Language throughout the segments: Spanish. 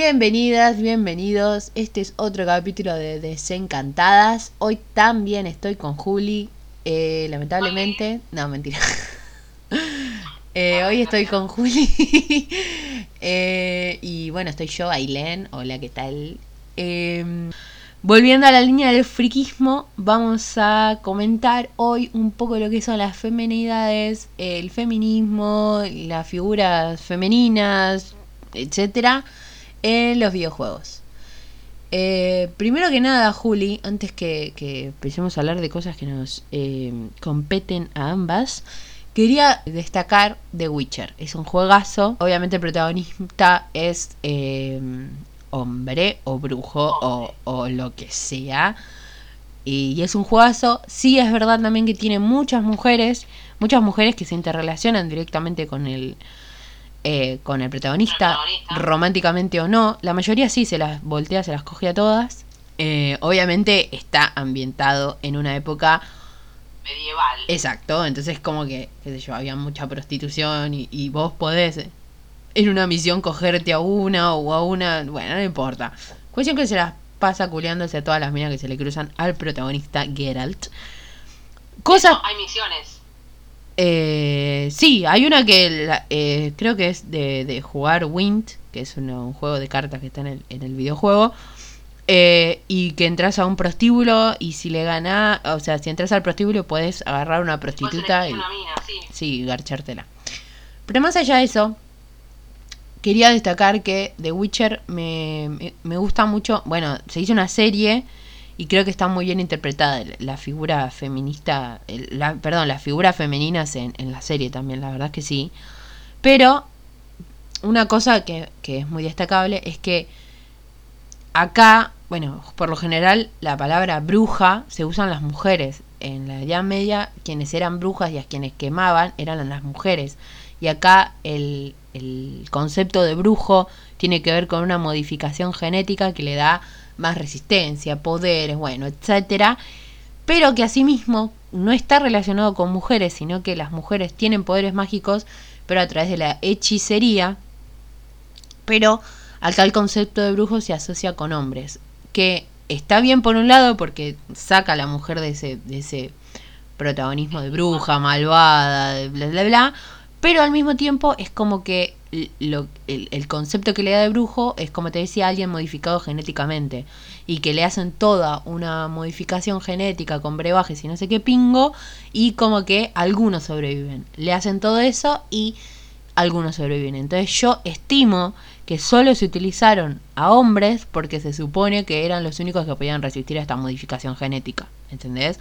Bienvenidas, bienvenidos. Este es otro capítulo de Desencantadas. Hoy también estoy con Juli. Lamentablemente. No, mentira. Hoy estoy con Juli. Y bueno, estoy yo, Ailén. Hola, ¿qué tal? Volviendo a la línea del friquismo, vamos a comentar hoy un poco lo que son las feminidades, el feminismo, las figuras femeninas, etcétera, en los videojuegos. Primero que nada, Juli, antes que empecemos a hablar de cosas que nos competen a ambas, quería destacar The Witcher. Es un juegazo. Obviamente el protagonista es hombre o brujo o lo que sea. Y es un juegazo. Sí, es verdad también que tiene muchas mujeres que se interrelacionan directamente con el protagonista, románticamente o no. La mayoría sí se las voltea, se las coge a todas. Obviamente está ambientado en una época medieval. Exacto, entonces como que, qué sé yo, había mucha prostitución y vos podés en una misión cogerte a una o a una, bueno, no importa. Cuestión que se las pasa culeándose a todas las minas que se le cruzan al protagonista Geralt. Cosas... No, hay misiones. Sí, hay una que creo que es de jugar Wind, que es un juego de cartas que está en el videojuego. Y que entras a un prostíbulo y si le ganás, o sea, si entras al prostíbulo puedes agarrar una prostituta y una mina, sí, garchártela. Pero más allá de eso, quería destacar que The Witcher me gusta mucho. Bueno, se hizo una serie y creo que está muy bien interpretada la figura feminista, las figuras femeninas en la serie también, la verdad es que sí. Pero una cosa que es muy destacable es que acá, bueno, por lo general la palabra bruja se usan las mujeres. En la Edad Media quienes eran brujas y a quienes quemaban eran las mujeres. Y acá el concepto de brujo tiene que ver con una modificación genética que le da más resistencia, poderes, bueno, etcétera. Pero que asimismo no está relacionado con mujeres, sino que las mujeres tienen poderes mágicos, pero a través de la hechicería. Pero acá el concepto de brujo se asocia con hombres, que está bien por un lado porque saca a la mujer de ese protagonismo de bruja, malvada, de bla bla bla, pero al mismo tiempo es como que el concepto que le da de brujo es, como te decía, alguien modificado genéticamente y que le hacen toda una modificación genética con brebajes y no sé qué pingo, y como que algunos sobreviven, le hacen todo eso y algunos sobreviven. Entonces yo estimo que solo se utilizaron a hombres porque se supone que eran los únicos que podían resistir a esta modificación genética, ¿entendés?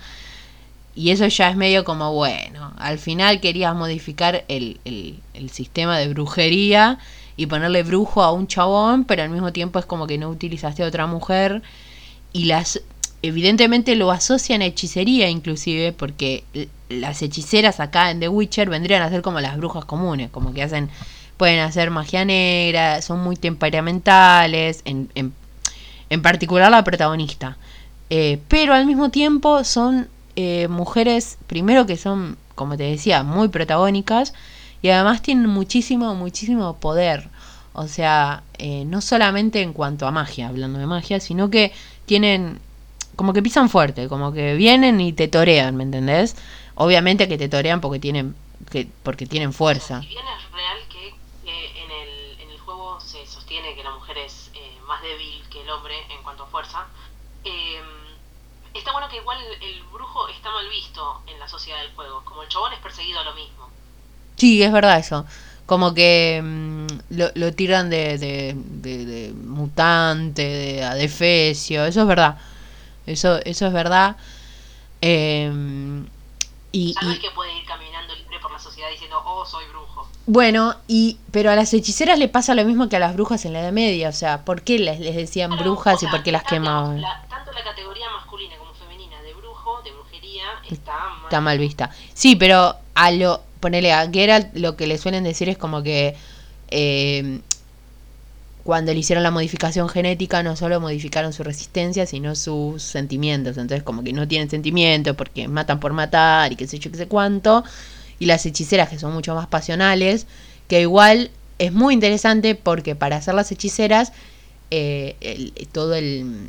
Y eso ya es medio como, bueno, al final querías modificar el sistema de brujería y ponerle brujo a un chabón, pero al mismo tiempo es como que no utilizaste a otra mujer. Y evidentemente lo asocian a hechicería inclusive, porque las hechiceras acá en The Witcher vendrían a ser como las brujas comunes, como que pueden hacer magia negra, son muy temperamentales, en particular la protagonista. Pero al mismo tiempo son mujeres, primero que son, como te decía, muy protagónicas, y además tienen muchísimo poder. O sea, no solamente en cuanto a magia, hablando de magia, sino que tienen, como que pisan fuerte, como que vienen y te torean, ¿me entendés? Obviamente que te torean porque tienen fuerza. Si bien es real que en el juego se sostiene que la mujer es más débil que el hombre en cuanto a fuerza, está bueno que igual el brujo está mal visto en la sociedad del juego, como el chabón es perseguido a lo mismo. Sí, es verdad eso. Como que lo tiran de mutante, de adefesio, eso es verdad. Eso es verdad. Ya no es que puede ir caminando libre por la sociedad diciendo, oh, soy brujo. Bueno, pero a las hechiceras le pasa lo mismo que a las brujas en la Edad Media. O sea, ¿por qué les decían brujas y por qué las quemaban? Tanto la categoría masculina como femenina de brujo, de brujería, está mal vista. Sí, pero ponele a Geralt, lo que le suelen decir es como que cuando le hicieron la modificación genética no solo modificaron su resistencia, sino sus sentimientos. Entonces como que no tienen sentimientos porque matan por matar y qué sé yo, qué sé cuánto. Y las hechiceras, que son mucho más pasionales, que igual es muy interesante porque para hacer las hechiceras todo el...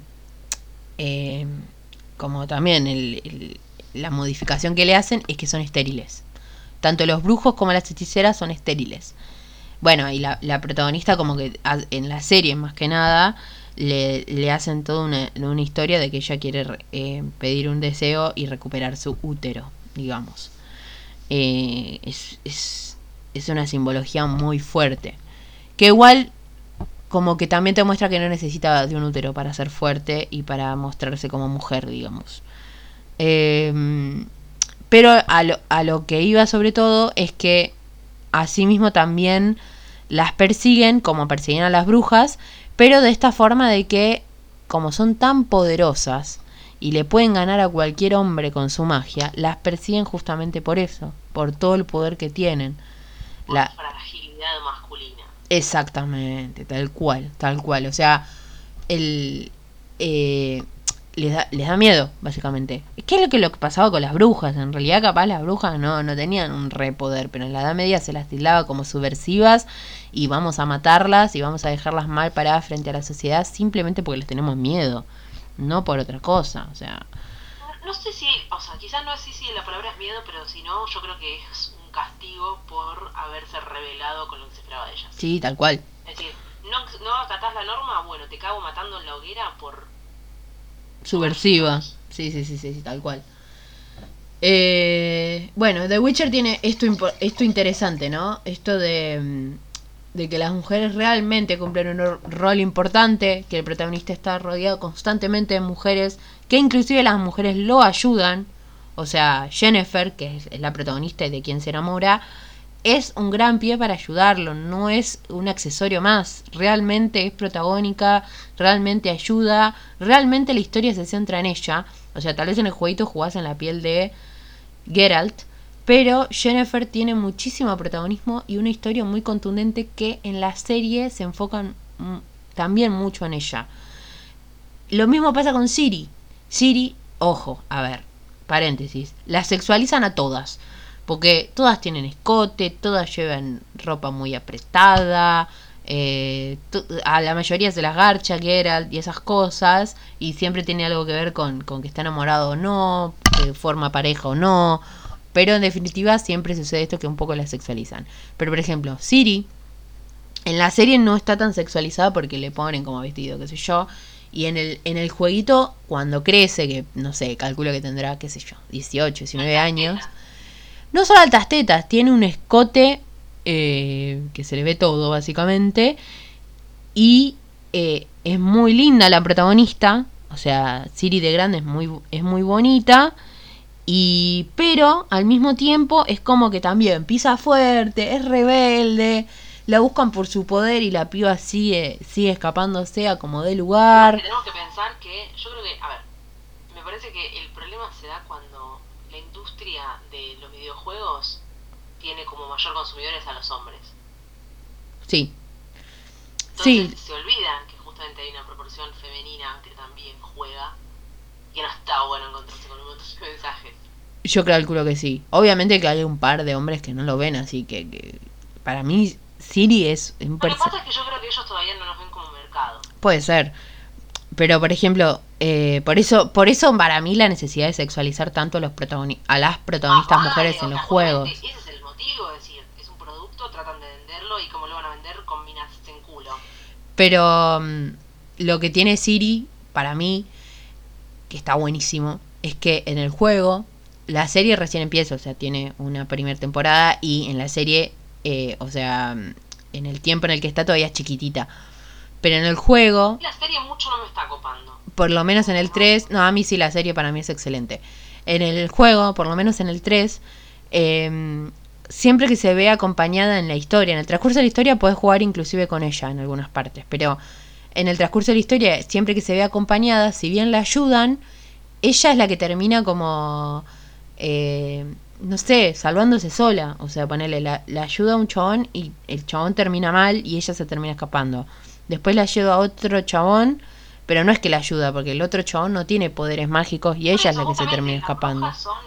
como también la modificación que le hacen es que son estériles. Tanto los brujos como las hechiceras son estériles. Bueno, y la protagonista como que en la serie más que nada le hacen toda una historia de que ella quiere pedir un deseo y recuperar su útero, digamos. Es una simbología muy fuerte. Que igual como que también te muestra que no necesita de un útero para ser fuerte y para mostrarse como mujer, digamos. Pero a lo que iba sobre todo es que asimismo también las persiguen como persiguen a las brujas, pero de esta forma de que como son tan poderosas y le pueden ganar a cualquier hombre con su magia, las persiguen justamente por eso, por todo el poder que tienen. Por la fragilidad masculina. Exactamente, tal cual. O sea, el les da miedo, básicamente. ¿Qué es lo que pasaba con las brujas? En realidad, capaz las brujas no tenían un re poder, pero en la Edad Media se las tildaba como subversivas y vamos a matarlas y vamos a dejarlas mal paradas frente a la sociedad simplemente porque les tenemos miedo, no por otra cosa, o sea. No sé si, o sea, quizás no sé si la palabra es miedo, pero si no, yo creo que es un castigo por haberse rebelado con lo que se esperaba de ellas. Sí, tal cual. Es decir, no acatás la norma, bueno, te cago matando en la hoguera por... Subversiva. Sí, tal cual. Bueno, The Witcher tiene esto interesante, ¿no? Esto de que las mujeres realmente cumplen un rol importante, que el protagonista está rodeado constantemente de mujeres, que inclusive las mujeres lo ayudan. O sea, Yennefer, que es la protagonista y de quien se enamora, es un gran pie para ayudarlo, no es un accesorio más, realmente es protagónica, realmente ayuda, realmente la historia se centra en ella. O sea, tal vez en el jueguito jugás en la piel de Geralt, pero Yennefer tiene muchísimo protagonismo y una historia muy contundente que en la serie se enfocan también mucho en ella. Lo mismo pasa con Ciri. Ciri, ojo, a ver, paréntesis, la sexualizan a todas. Porque todas tienen escote, todas llevan ropa muy apretada, a la mayoría se las garcha Geralt y esas cosas, y siempre tiene algo que ver con que está enamorado o no, forma pareja o no, pero en definitiva siempre sucede esto que un poco la sexualizan. Pero por ejemplo, Ciri en la serie no está tan sexualizada porque le ponen como vestido, qué sé yo, y en el jueguito cuando crece, que no sé, calculo que tendrá, qué sé yo, 18, 19 años, no solo altas tetas, tiene un escote que se le ve todo básicamente, y es muy linda la protagonista, o sea, Ciri de grande es muy bonita, pero al mismo tiempo es como que también pisa fuerte, es rebelde, la buscan por su poder y la piba sigue escapándose a como de lugar. Tenemos que pensar que, yo creo que, a ver, me parece que el problema se da cuando la industria de los videojuegos tiene como mayor consumidores a los hombres. Sí. Entonces se olvidan que justamente hay una proporción femenina que también juega y no está bueno encontrarse con un montón de mensajes. Yo calculo que sí. Obviamente que hay un par de hombres que no lo ven, así que para mí Siri es un Lo que pasa es que yo creo que ellos todavía no nos ven como mercado. Puede ser. Pero por ejemplo, por eso para mí la necesidad de sexualizar tanto a las protagonistas mujeres en los juegos. Ese es el motivo, es decir, es un producto, tratan de venderlo y como lo van a vender, combinas en culo. Pero lo que tiene Siri, para mí, que está buenísimo, es que en el juego, la serie recién empieza, o sea, tiene una primera temporada y en la serie, o sea, en el tiempo en el que está todavía es chiquitita. Pero en el juego... La serie mucho no me está copando. Por lo menos en el 3... No, a mí sí, la serie para mí es excelente. En el juego, por lo menos en el 3... siempre que se ve acompañada en la historia, en el transcurso de la historia puedes jugar inclusive con ella en algunas partes, pero en el transcurso de la historia, siempre que se ve acompañada, si bien la ayudan, ella es la que termina como... no sé, salvándose sola. O sea, ponerle la ayuda a un chabón y el chabón termina mal y ella se termina escapando. Después la ayuda a otro chabón, pero no es que la ayuda, porque el otro chabón no tiene poderes mágicos y ella es la que se termina escapando. Las son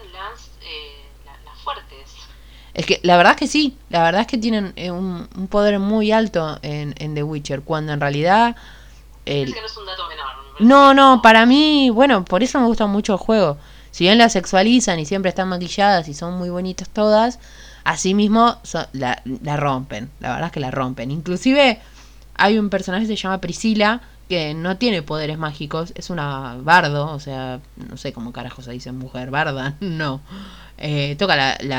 las fuertes. Es que la verdad es que sí, la verdad es que tienen un poder muy alto en The Witcher, cuando en realidad Parece que no es un dato menor. No, para mí, bueno, por eso me gusta mucho el juego. Si bien las sexualizan y siempre están maquilladas y son muy bonitas todas, así mismo la rompen. La verdad es que la rompen. Inclusive hay un personaje que se llama Priscila, que no tiene poderes mágicos, es una bardo, o sea, no sé cómo carajo se dice mujer barda, no. Toca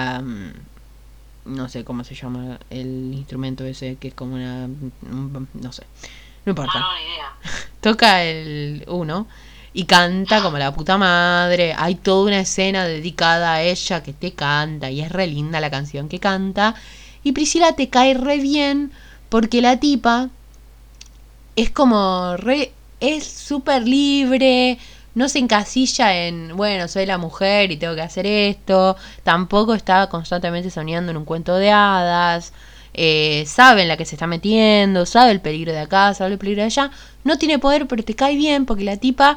no sé cómo se llama el instrumento ese, que es como no sé, no importa. No, ni idea. Toca el uno y canta como la puta madre. Hay toda una escena dedicada a ella que te canta y es re linda la canción que canta. Y Priscila te cae re bien porque la tipa es como es súper libre, no se encasilla en, bueno, soy la mujer y tengo que hacer esto. Tampoco está constantemente soñando en un cuento de hadas. Sabe en la que se está metiendo, sabe el peligro de acá, sabe el peligro de allá. No tiene poder, pero te cae bien porque la tipa,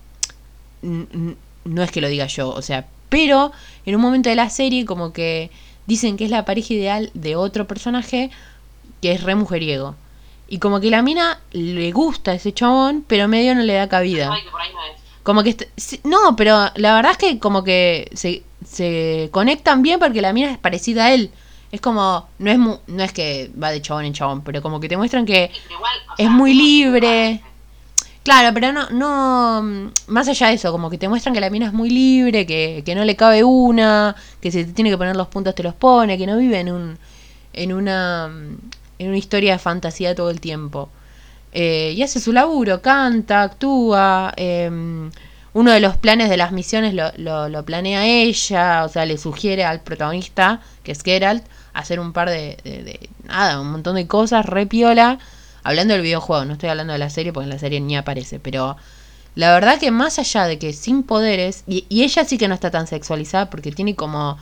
no es que lo diga yo, o sea, pero en un momento de la serie como que dicen que es la pareja ideal de otro personaje que es re mujeriego. Y como que la mina le gusta ese chabón, pero medio no le da cabida. Ay, que por ahí no es. Como que no, pero la verdad es que como que se conectan bien porque la mina es parecida a él. Es como, no es que va de chabón en chabón, pero como que te muestran que Sí, pero igual, o sea, es muy es libre. Claro, pero no, más allá de eso, como que te muestran que la mina es muy libre, que no le cabe una, que si te tiene que poner los puntos te los pone, que no vive en una, en una historia de fantasía todo el tiempo. Y hace su laburo, canta, actúa. Uno de los planes de las misiones lo planea ella, o sea, le sugiere al protagonista, que es Geralt, hacer un par nada, un montón de cosas, re piola. Hablando del videojuego, no estoy hablando de la serie porque en la serie ni aparece, pero la verdad que más allá de que sin poderes, y ella sí que no está tan sexualizada porque tiene como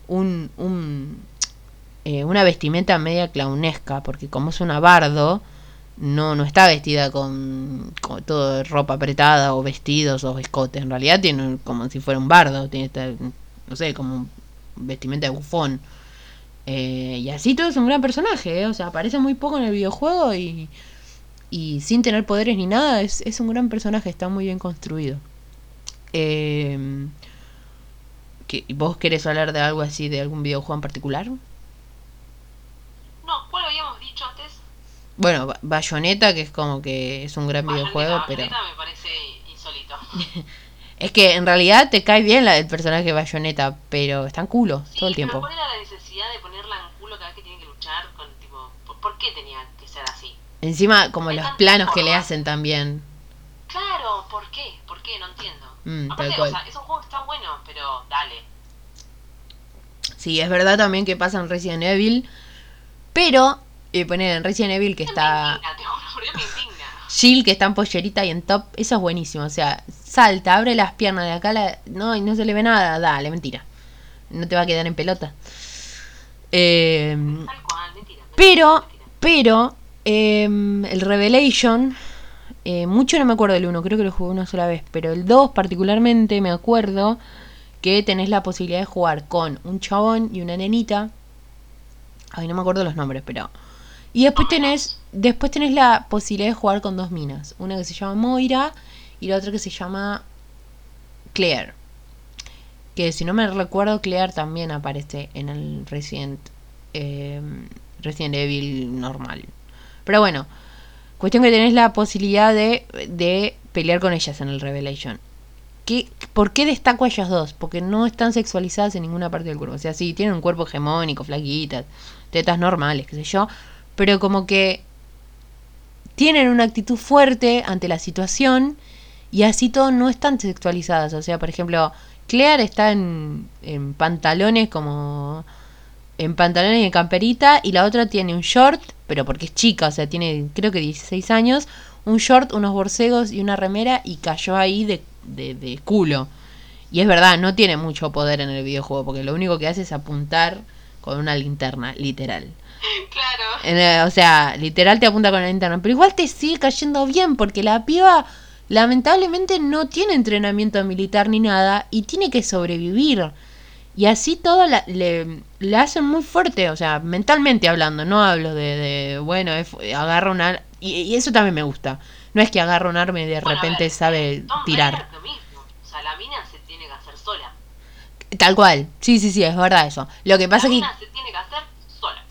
una vestimenta media clownesca, porque como es una bardo, no está vestida con todo ropa apretada o vestidos o escotes. En realidad tiene como si fuera un bardo, tiene no sé, como un vestimenta de bufón. Y así todo es un gran personaje, o sea, aparece muy poco en el videojuego y sin tener poderes ni nada, es un gran personaje, está muy bien construido. ¿Vos querés hablar de algo así, de algún videojuego en particular? No, ¿cuál habíamos dicho antes? Bueno, Bayonetta, que es como que es un gran videojuego, pero Bayonetta me parece insólito. es que en realidad te cae bien el personaje de Bayonetta, pero está en culo Sí, todo el tiempo. pero ¿cuál era la necesidad de ponerla en culo cada vez que tiene que luchar con, tipo, ¿por qué tenía que ser así? Encima, como Hay los tantas planos que le formas. hacen también. Claro, ¿por qué? ¿Por qué? No entiendo. Tal Aparte, o cual. sea, es un juego que está bueno, pero dale. Sí, es verdad también que pasa en Resident Evil, pero poner en Resident Evil que Me está indigna, te juro, por Dios me indigna. Jill, que está en pollerita y en top, eso es buenísimo. O sea, salta, abre las piernas de acá, no, y no se le ve nada. Dale, mentira. No te va a quedar en pelota. Tal cual, mentira. Pero, el Revelation, mucho no me acuerdo del 1, creo que lo jugué una sola vez, pero el 2 particularmente me acuerdo que tenés la posibilidad de jugar con un chabón y una nenita. Ay, no me acuerdo los nombres, pero... Y después tenés la posibilidad de jugar con dos minas. Una que se llama Moira y la otra que se llama Claire. Que si no me recuerdo, Claire también aparece en el Resident Evil normal. Pero bueno, cuestión que tenés la posibilidad de pelear con ellas en el Revelation. ¿Por qué destaco a ellas dos? Porque no están sexualizadas en ninguna parte del cuerpo. O sea, sí, tienen un cuerpo hegemónico, flaquitas, tetas normales, qué sé yo. Pero como que tienen una actitud fuerte ante la situación y así todo no están sexualizadas. O sea, por ejemplo, Claire está en pantalones como... En pantalones y en camperita, y la otra tiene un short, pero porque es chica, o sea, tiene creo que 16 años, un short, unos borcegos y una remera, y cayó ahí de culo. Y es verdad, no tiene mucho poder en el videojuego, porque lo único que hace es apuntar con una linterna, literal. Claro. O sea, literal te apunta con la linterna, pero igual te sigue cayendo bien, porque la piba lamentablemente no tiene entrenamiento militar ni nada, y tiene que sobrevivir. Y así todo le hacen muy fuerte, o sea, mentalmente hablando, no hablo bueno, agarra Y eso también me gusta. No es que agarra un arma y de Bueno, a repente ver, sabe Tomb tirar. Raider lo mismo. O sea, la mina se tiene que hacer sola. Tal cual. Sí, es verdad eso. Lo que La pasa que mina se tiene que hacer sola.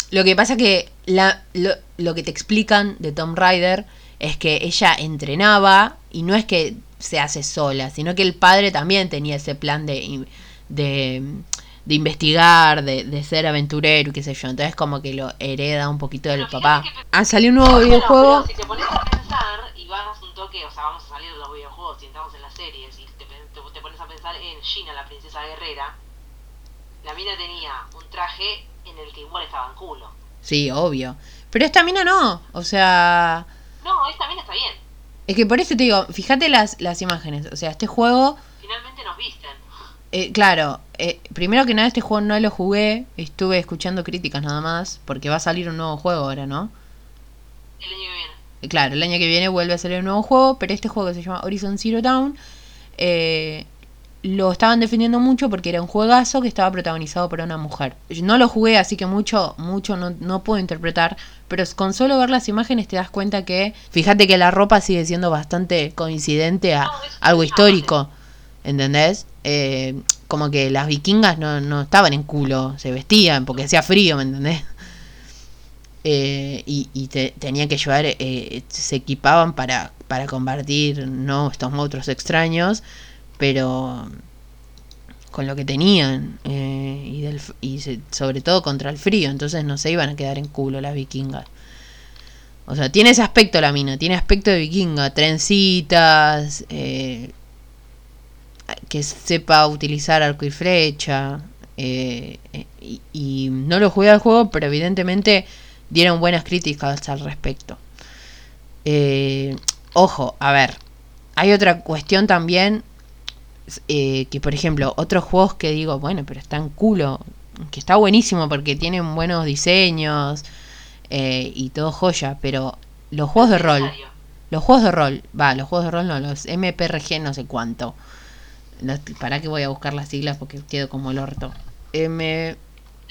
lo que te explican de Tomb Raider es que ella entrenaba y no es que se hace sola, sino que el padre también tenía ese plan de, de investigar, de ser aventurero y qué sé yo. Entonces como que lo hereda un poquito del Pero fíjate papá. que... Ha salido un nuevo Bueno, videojuego. pero si te pones a pensar y vas un toque, o sea, vamos a salir de los videojuegos y entramos en las series y te pones a pensar en Gina, la princesa guerrera, la mina tenía un traje en el que igual estaba en culo. Sí, obvio. Pero esta mina no. O sea, No, esta mina está bien. es que por eso te digo, fíjate las imágenes. O sea, este juego... Finalmente nos visten. Claro, primero que nada este juego no lo jugué, estuve escuchando críticas nada más, porque va a salir un nuevo juego ahora, ¿no? El año que viene. Claro, el año que viene vuelve a salir un nuevo juego, pero este juego que se llama Horizon Zero Dawn, lo estaban defendiendo mucho porque era un juegazo que estaba protagonizado por una mujer. Yo no lo jugué, así que mucho no puedo interpretar, pero con solo ver las imágenes te das cuenta que, fíjate que la ropa sigue siendo bastante coincidente a algo histórico, ¿entendés? Como que las vikingas no estaban en culo, se vestían porque hacía frío, ¿me entendés? Tenían que llevar, se equipaban para combatir, no estos monstruos extraños, pero con lo que tenían, sobre todo contra el frío, entonces no se iban a quedar en culo las vikingas. O sea, tiene ese aspecto la mina, tiene aspecto de vikinga, trencitas, que sepa utilizar arco y flecha, y no lo jugué al juego, pero evidentemente dieron buenas críticas al respecto. Ojo, a ver, hay otra cuestión también, que por ejemplo, otros juegos que digo, bueno, pero está en culo, que está buenísimo porque tienen buenos diseños, y todo joya, pero los juegos de rol, los juegos de rol no, los MPRG no sé cuánto. ¿Para qué voy a buscar las siglas? Porque quedo como el orto. MRPG.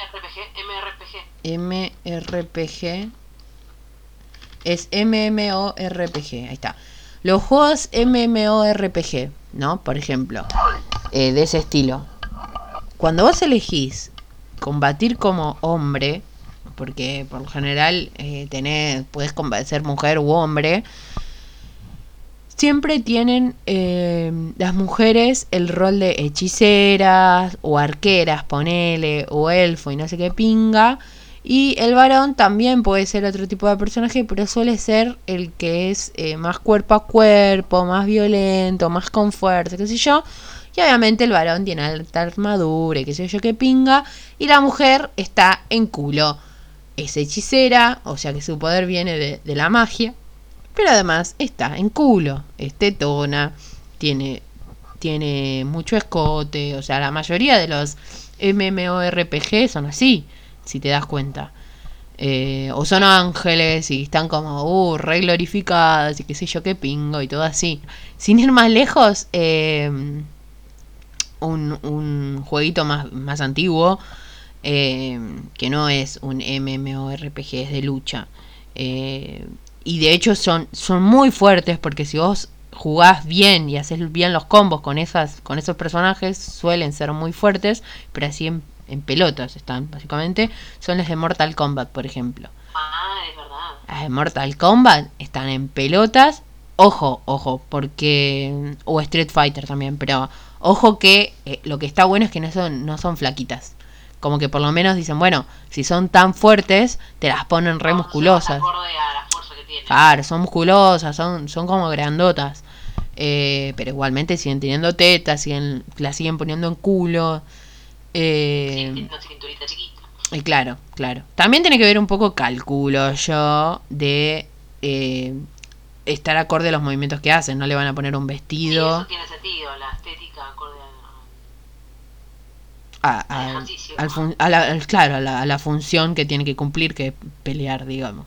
Es MMORPG. Ahí está. Los juegos MMORPG, ¿no? Por ejemplo, de ese estilo. Cuando vos elegís combatir como hombre, porque por lo general puedes ser mujer u hombre, siempre tienen las mujeres el rol de hechiceras o arqueras, ponele, o elfo y no sé qué pinga. Y el varón también puede ser otro tipo de personaje, pero suele ser el que es más cuerpo a cuerpo, más violento, más con fuerza, qué sé yo. Y obviamente el varón tiene alta armadura y qué sé yo qué pinga. Y la mujer está en culo. Es hechicera, o sea que su poder viene de la magia. Pero además está en culo, es tetona, tiene mucho escote. O sea, la mayoría de los MMORPG son así, si te das cuenta. O son ángeles y están como, re glorificadas y qué sé yo qué pingo y todo así. Sin ir más lejos, un jueguito más antiguo, que no es un MMORPG, es de lucha. Y de hecho son muy fuertes, porque si vos jugás bien y haces bien los combos con esos personajes, suelen ser muy fuertes, pero así en pelotas están, básicamente. Son los de Mortal Kombat, por ejemplo. Es verdad. Las de Mortal Kombat están en pelotas. Ojo, porque... O Street Fighter también, pero ojo que lo que está bueno es que no son flaquitas. Como que por lo menos dicen, bueno, si son tan fuertes, te las ponen re musculosas. Claro, son musculosas, son como grandotas. Pero igualmente siguen teniendo tetas, las siguen poniendo en culo. Cinturita chiquita. Claro. También tiene que ver un poco, calculo yo, de estar acorde a los movimientos que hacen. No le van a poner un vestido. Sí, eso tiene sentido, la estética acorde a la función que tiene que cumplir, que es pelear, digamos.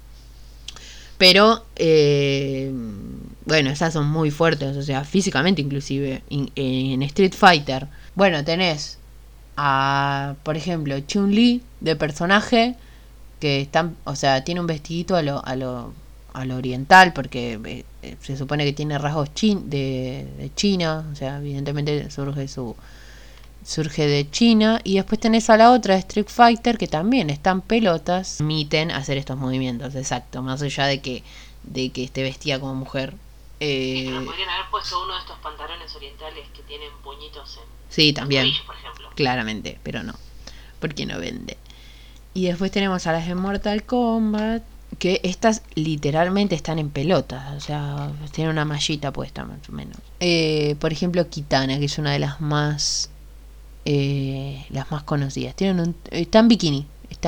Pero bueno, esas son muy fuertes, o sea, físicamente inclusive. En Street Fighter, bueno, tenés por ejemplo, Chun-Li de personaje, que tiene un vestidito a lo a lo oriental, porque se supone que tiene rasgos de China, o sea, evidentemente surge de China. Y después tenés a la otra, Street Fighter, que también están pelotas, permiten hacer estos movimientos, exacto, más allá de que esté vestida como mujer. Sí, pero podrían haber puesto uno de estos pantalones orientales que tienen puñitos en Sí, también, tobillos, por ejemplo. claramente, pero no, porque no vende. Y después tenemos a las de Mortal Kombat, que estas literalmente están en pelotas, o sea, tienen una mallita puesta más o menos. Por ejemplo, Kitana, que es una de las más conocidas. Está en bikini.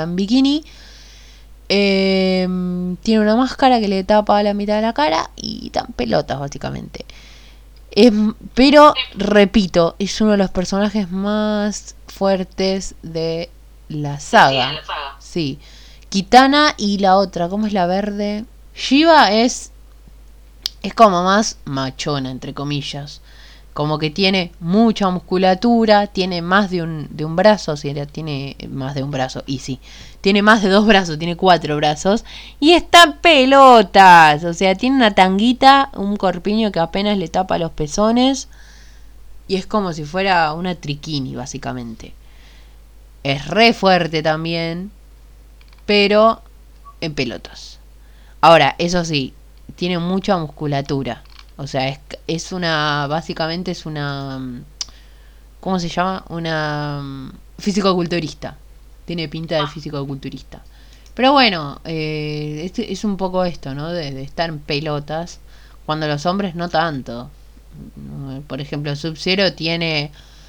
Tiene una máscara que le tapa la mitad de la cara y está en pelotas, básicamente. Pero, repito, es uno de los personajes más fuertes de la saga. Sí, de la saga. Sí. Kitana y la otra, ¿cómo es la verde? Shiva es como más machona, entre comillas. Como que tiene mucha musculatura, tiene más de un brazo, tiene más de un brazo, y sí, tiene más de 2 brazos, tiene 4 brazos, y está en pelotas, o sea, tiene una tanguita, un corpiño que apenas le tapa los pezones, y es como si fuera una triquini, básicamente. Es re fuerte también, pero en pelotas. Ahora, eso sí, tiene mucha musculatura. O sea, básicamente es una, ¿cómo se llama? Una físico-culturista. Tiene pinta de físico-culturista. Pero bueno, es un poco esto, ¿no? De estar en pelotas, cuando los hombres no tanto. Por ejemplo, Sub-Zero tiene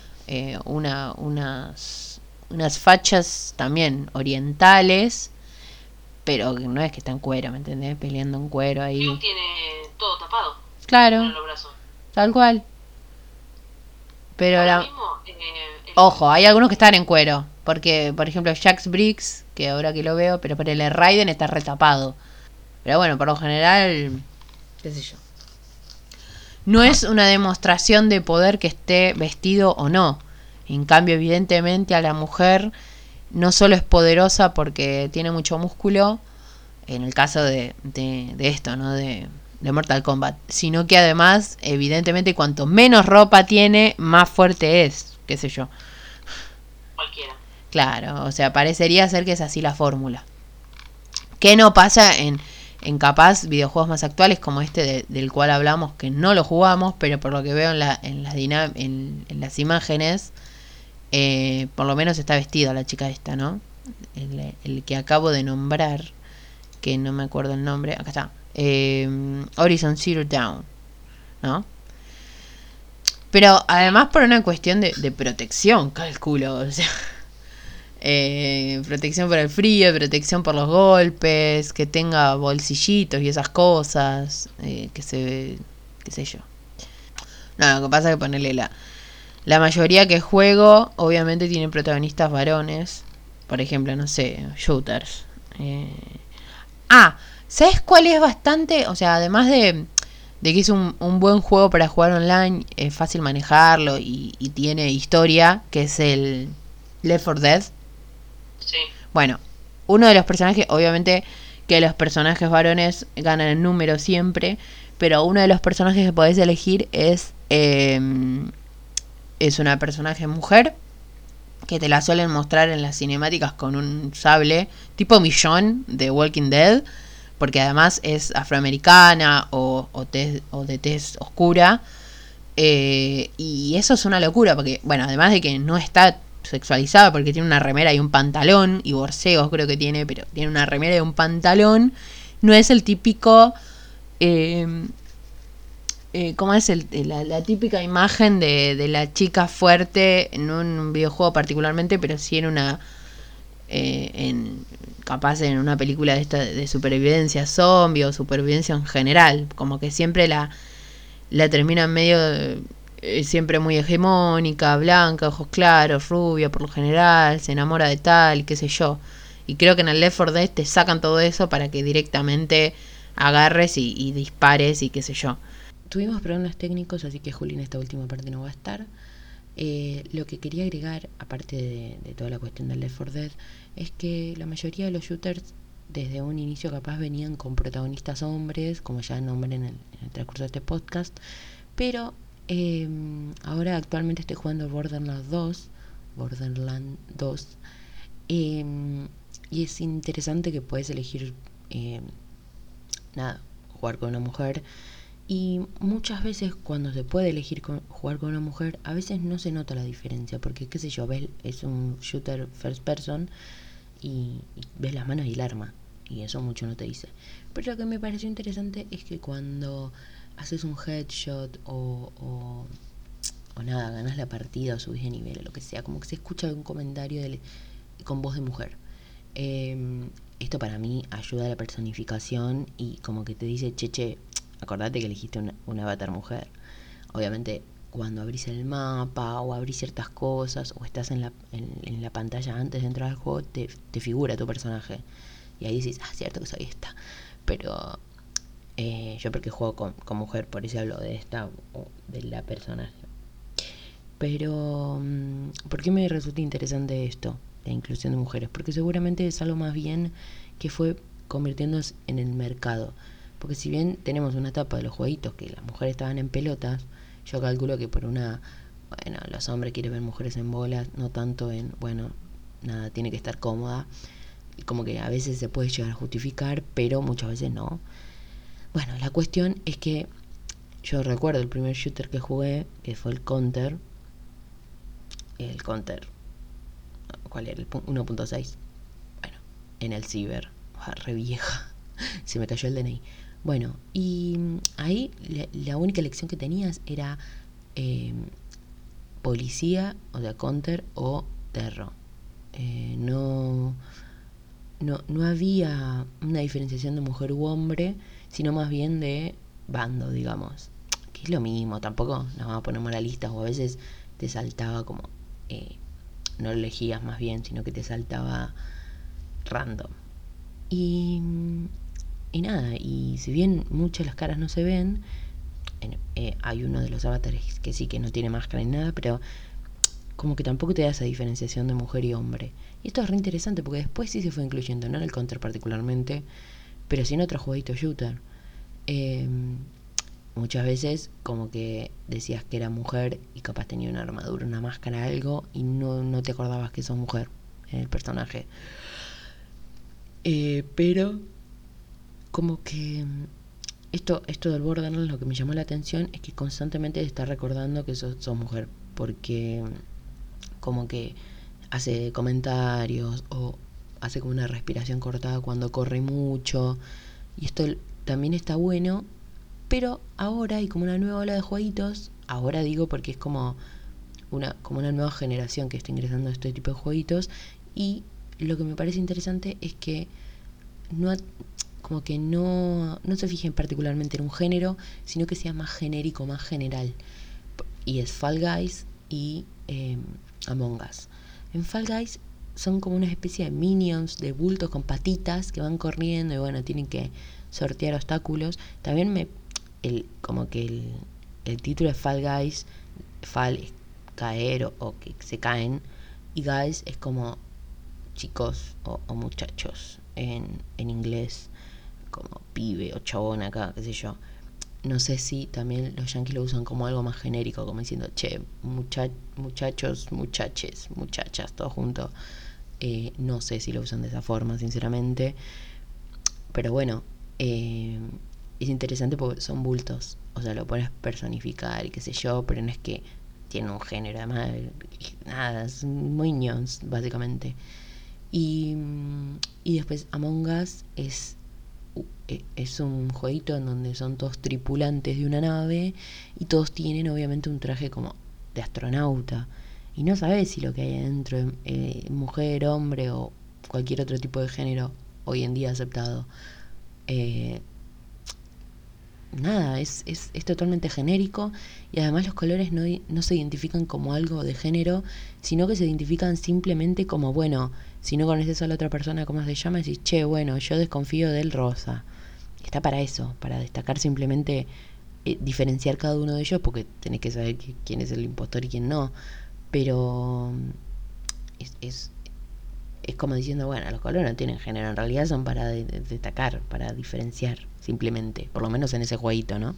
unas fachas también orientales, pero no es que está en cuero, ¿me entendés? Peleando en cuero ahí. Ryu tiene todo tapado. Claro, Los brazos. tal cual. Pero Mismo, ojo, hay algunos que están en cuero. Porque, por ejemplo, Jax Briggs, que ahora que lo veo, pero por el Raiden está retapado. Pero bueno, por lo general, qué sé yo. No es una demostración de poder que esté vestido o no. En cambio, evidentemente a la mujer no solo es poderosa porque tiene mucho músculo, en el caso de esto, ¿no? De Mortal Kombat, sino que además, evidentemente, cuanto menos ropa tiene, más fuerte es, qué sé yo. Cualquiera. Claro, o sea, parecería ser que es así la fórmula. ¿Qué no pasa en capaz videojuegos más actuales como este del cual hablamos, que no lo jugamos, pero por lo que veo en las imágenes, por lo menos está vestida la chica esta, ¿no? El que acabo de nombrar, que no me acuerdo el nombre, acá está, Horizon Zero Dawn, ¿no? Pero además por una cuestión de protección, calculo, o sea, protección por el frío, protección por los golpes, que tenga bolsillitos y esas cosas, qué sé yo. No, lo que pasa es que ponerle la mayoría que juego, obviamente tienen protagonistas varones, por ejemplo, no sé, shooters. ¿Sabes cuál es bastante? O sea, además de que es un buen juego para jugar online, es fácil manejarlo y tiene historia, que es el Left 4 Dead. Sí. Bueno, uno de los personajes, obviamente que los personajes varones ganan el número siempre, pero uno de los personajes que podés elegir es una personaje mujer, que te la suelen mostrar en las cinemáticas con un sable tipo Michonne de Walking Dead, porque además es afroamericana o de tez oscura, y eso es una locura, porque, bueno, además de que no está sexualizada, porque tiene una remera y un pantalón, y borseos creo que tiene, pero tiene una remera y un pantalón, no es el típico... ¿cómo es la típica imagen de la chica fuerte en un videojuego particularmente, pero sí en una capaz en una película de supervivencia zombie o supervivencia en general, como que siempre la termina en medio siempre muy hegemónica, blanca, ojos claros, rubia por lo general, se enamora de tal, qué sé yo. Y creo que en el Left 4 Dead te sacan todo eso para que directamente agarres y dispares y qué sé yo. Tuvimos problemas técnicos, así que Juli en esta última parte no va a estar. Lo que quería agregar, aparte de toda la cuestión del Left 4 Dead, es que la mayoría de los shooters desde un inicio capaz venían con protagonistas hombres, como ya nombré en el transcurso de este podcast, pero ahora actualmente estoy jugando Borderland 2, y es interesante que puedes elegir, jugar con una mujer. Y muchas veces cuando se puede elegir jugar con una mujer, a veces no se nota la diferencia, porque qué sé yo, ves, es un shooter first person y ves las manos y el arma, y eso mucho no te dice. Pero lo que me pareció interesante es que cuando haces un headshot o nada, ganas la partida o subís de nivel o lo que sea, como que se escucha algún comentario con voz de mujer. Esto para mí ayuda a la personificación y como que te dice, che, acordate que elegiste un avatar mujer. Obviamente cuando abrís el mapa o abrís ciertas cosas o estás en la pantalla antes de entrar al juego, te figura tu personaje. Y ahí dices, cierto que soy esta. Pero yo porque juego con mujer, por eso hablo de esta o de la personaje. Pero, ¿por qué me resulta interesante esto? La inclusión de mujeres. Porque seguramente es algo más bien que fue convirtiéndose en el mercado. Porque si bien tenemos una etapa de los jueguitos que las mujeres estaban en pelotas, yo calculo que bueno, los hombres quieren ver mujeres en bolas, no tanto nada, tiene que estar cómoda. Y como que a veces se puede llegar a justificar, pero muchas veces no. Bueno, la cuestión es que yo recuerdo el primer shooter que jugué, que fue el Counter, ¿cuál era? El 1.6. Bueno, en el ciber, re vieja, se me cayó el DNI. Bueno, y ahí la única elección que tenías era policía, o sea, counter o terro. No había una diferenciación de mujer u hombre, sino más bien de bando, digamos. Que es lo mismo, tampoco nos vamos a poner moralistas, o a veces te saltaba como no lo elegías más bien, sino que te saltaba random. Y nada, y si bien muchas de las caras no se ven, hay uno de los avatares que sí que no tiene máscara ni nada, pero como que tampoco te da esa diferenciación de mujer y hombre. Y esto es re interesante porque después sí se fue incluyendo, no en el Counter particularmente, pero sí en otros jueguitos shooter. Muchas veces como que decías que era mujer y capaz tenía una armadura, una máscara, algo, y no te acordabas que sos mujer en el personaje. Pero como que esto del Borderlands, lo que me llamó la atención es que constantemente te está recordando que sos mujer, porque como que hace comentarios o hace como una respiración cortada cuando corre mucho, y esto también está bueno. Pero ahora hay como una nueva ola de jueguitos, ahora digo porque es como una nueva generación que está ingresando a este tipo de jueguitos, y lo que me parece interesante es que como que no se fijen particularmente en un género, sino que sea más genérico, más general. Y es Fall Guys y Among Us. En Fall Guys son como una especie de minions, de bultos con patitas que van corriendo y bueno, tienen que sortear obstáculos. También como que el título de Fall Guys, Fall es caer o que se caen, y Guys es como chicos o muchachos en inglés, como pibe o chabón acá, qué sé yo. No sé si también los yankees lo usan como algo más genérico, como diciendo, che, muchachos, muchaches, muchachas, todo junto. No sé si lo usan de esa forma, sinceramente. Pero bueno, es interesante porque son bultos. O sea, lo puedes personificar y qué sé yo, pero no es que tiene un género, además, nada, son minions, básicamente. Y después Among Us es un jueguito en donde son todos tripulantes de una nave y todos tienen obviamente un traje como de astronauta, y no sabes si lo que hay adentro es mujer, hombre o cualquier otro tipo de género hoy en día aceptado. Nada, es totalmente genérico, y además los colores no se identifican como algo de género, sino que se identifican simplemente como, bueno, si no conoces a la otra persona cómo se llama, decís, che, bueno, yo desconfío del rosa. Está para eso, para destacar simplemente, diferenciar cada uno de ellos, porque tenés que saber quién es el impostor y quién no. Pero es como diciendo, bueno, los colores no tienen género, en realidad son para destacar, para diferenciar, simplemente, por lo menos en ese jueguito, ¿no?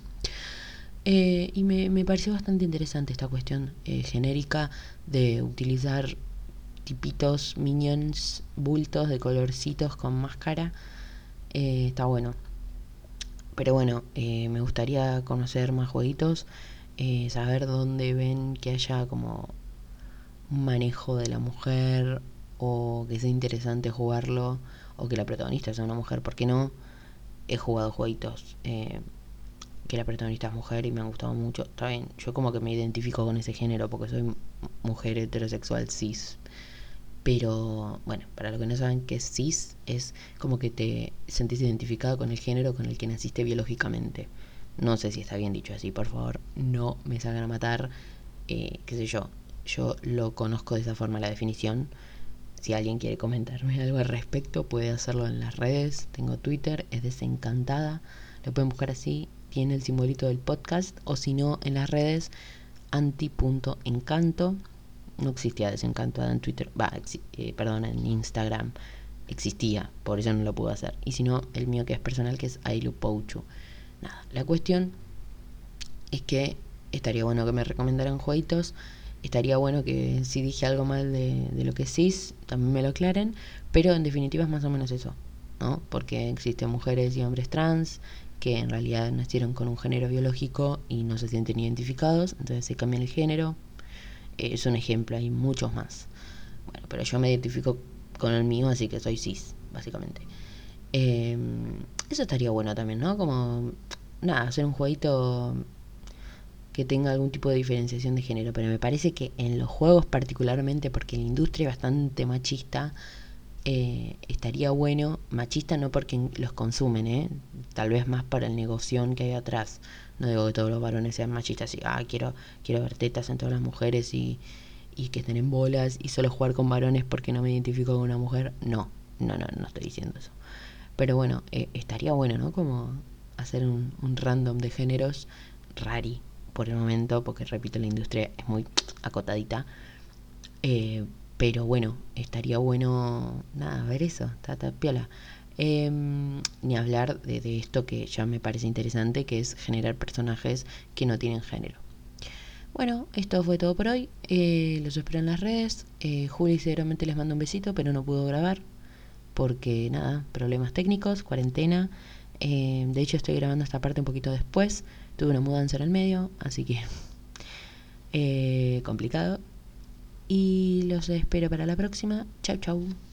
Y me pareció bastante interesante esta cuestión genérica de utilizar tipitos, minions, bultos de colorcitos con máscara. Está bueno. Pero bueno, me gustaría conocer más jueguitos, saber dónde ven que haya como un manejo de la mujer o que sea interesante jugarlo o que la protagonista sea una mujer, ¿por qué no? He jugado jueguitos que la protagonista es mujer y me han gustado mucho. Está bien, yo como que me identifico con ese género porque soy mujer heterosexual cis. Pero bueno, para los que no saben qué es cis, es como que te sentís identificado con el género con el que naciste biológicamente. No sé si está bien dicho así, por favor, no me salgan a matar. Qué sé yo, yo lo conozco de esa forma la definición. Si alguien quiere comentarme algo al respecto, puede hacerlo en las redes. Tengo Twitter, es Desencantada. Lo pueden buscar así, tiene el simbolito del podcast. O si no, en las redes, anti.encanto. No existía Desencantada en Twitter. Perdón, en Instagram. Existía, por eso no lo pude hacer. Y si no, el mío que es personal, que es Ailupouchu. Nada, la cuestión es que estaría bueno que me recomendaran jueguitos. Estaría bueno que si dije algo mal de lo que es cis, también me lo aclaren. Pero en definitiva es más o menos eso, ¿no? Porque existen mujeres y hombres trans que en realidad nacieron con un género biológico y no se sienten identificados, entonces se cambian el género. Es un ejemplo, hay muchos más. Bueno, pero yo me identifico con el mío, así que soy cis, básicamente. Eso estaría bueno también, ¿no? Como, nada, hacer un jueguito que tenga algún tipo de diferenciación de género, pero me parece que en los juegos particularmente, porque la industria es bastante machista, estaría bueno, machista no porque los consumen, tal vez más para el negocio que hay atrás. No digo que todos los varones sean machistas y quiero ver tetas en todas las mujeres y que estén en bolas y solo jugar con varones porque no me identifico con una mujer. No estoy diciendo eso. Pero bueno, estaría bueno, ¿no? Como hacer un random de géneros rari por el momento, porque repito, la industria es muy acotadita. Pero bueno, estaría bueno, nada, ver eso, está piola. Ni hablar de esto que ya me parece interesante, que es generar personajes que no tienen género. Bueno, esto fue todo por hoy. Los espero en las redes. Juli seguramente les mando un besito, pero no pudo grabar porque nada, problemas técnicos, cuarentena. De hecho estoy grabando esta parte un poquito después. Tuve una mudanza en el medio, así que complicado. Y los espero para la próxima. Chau, chau.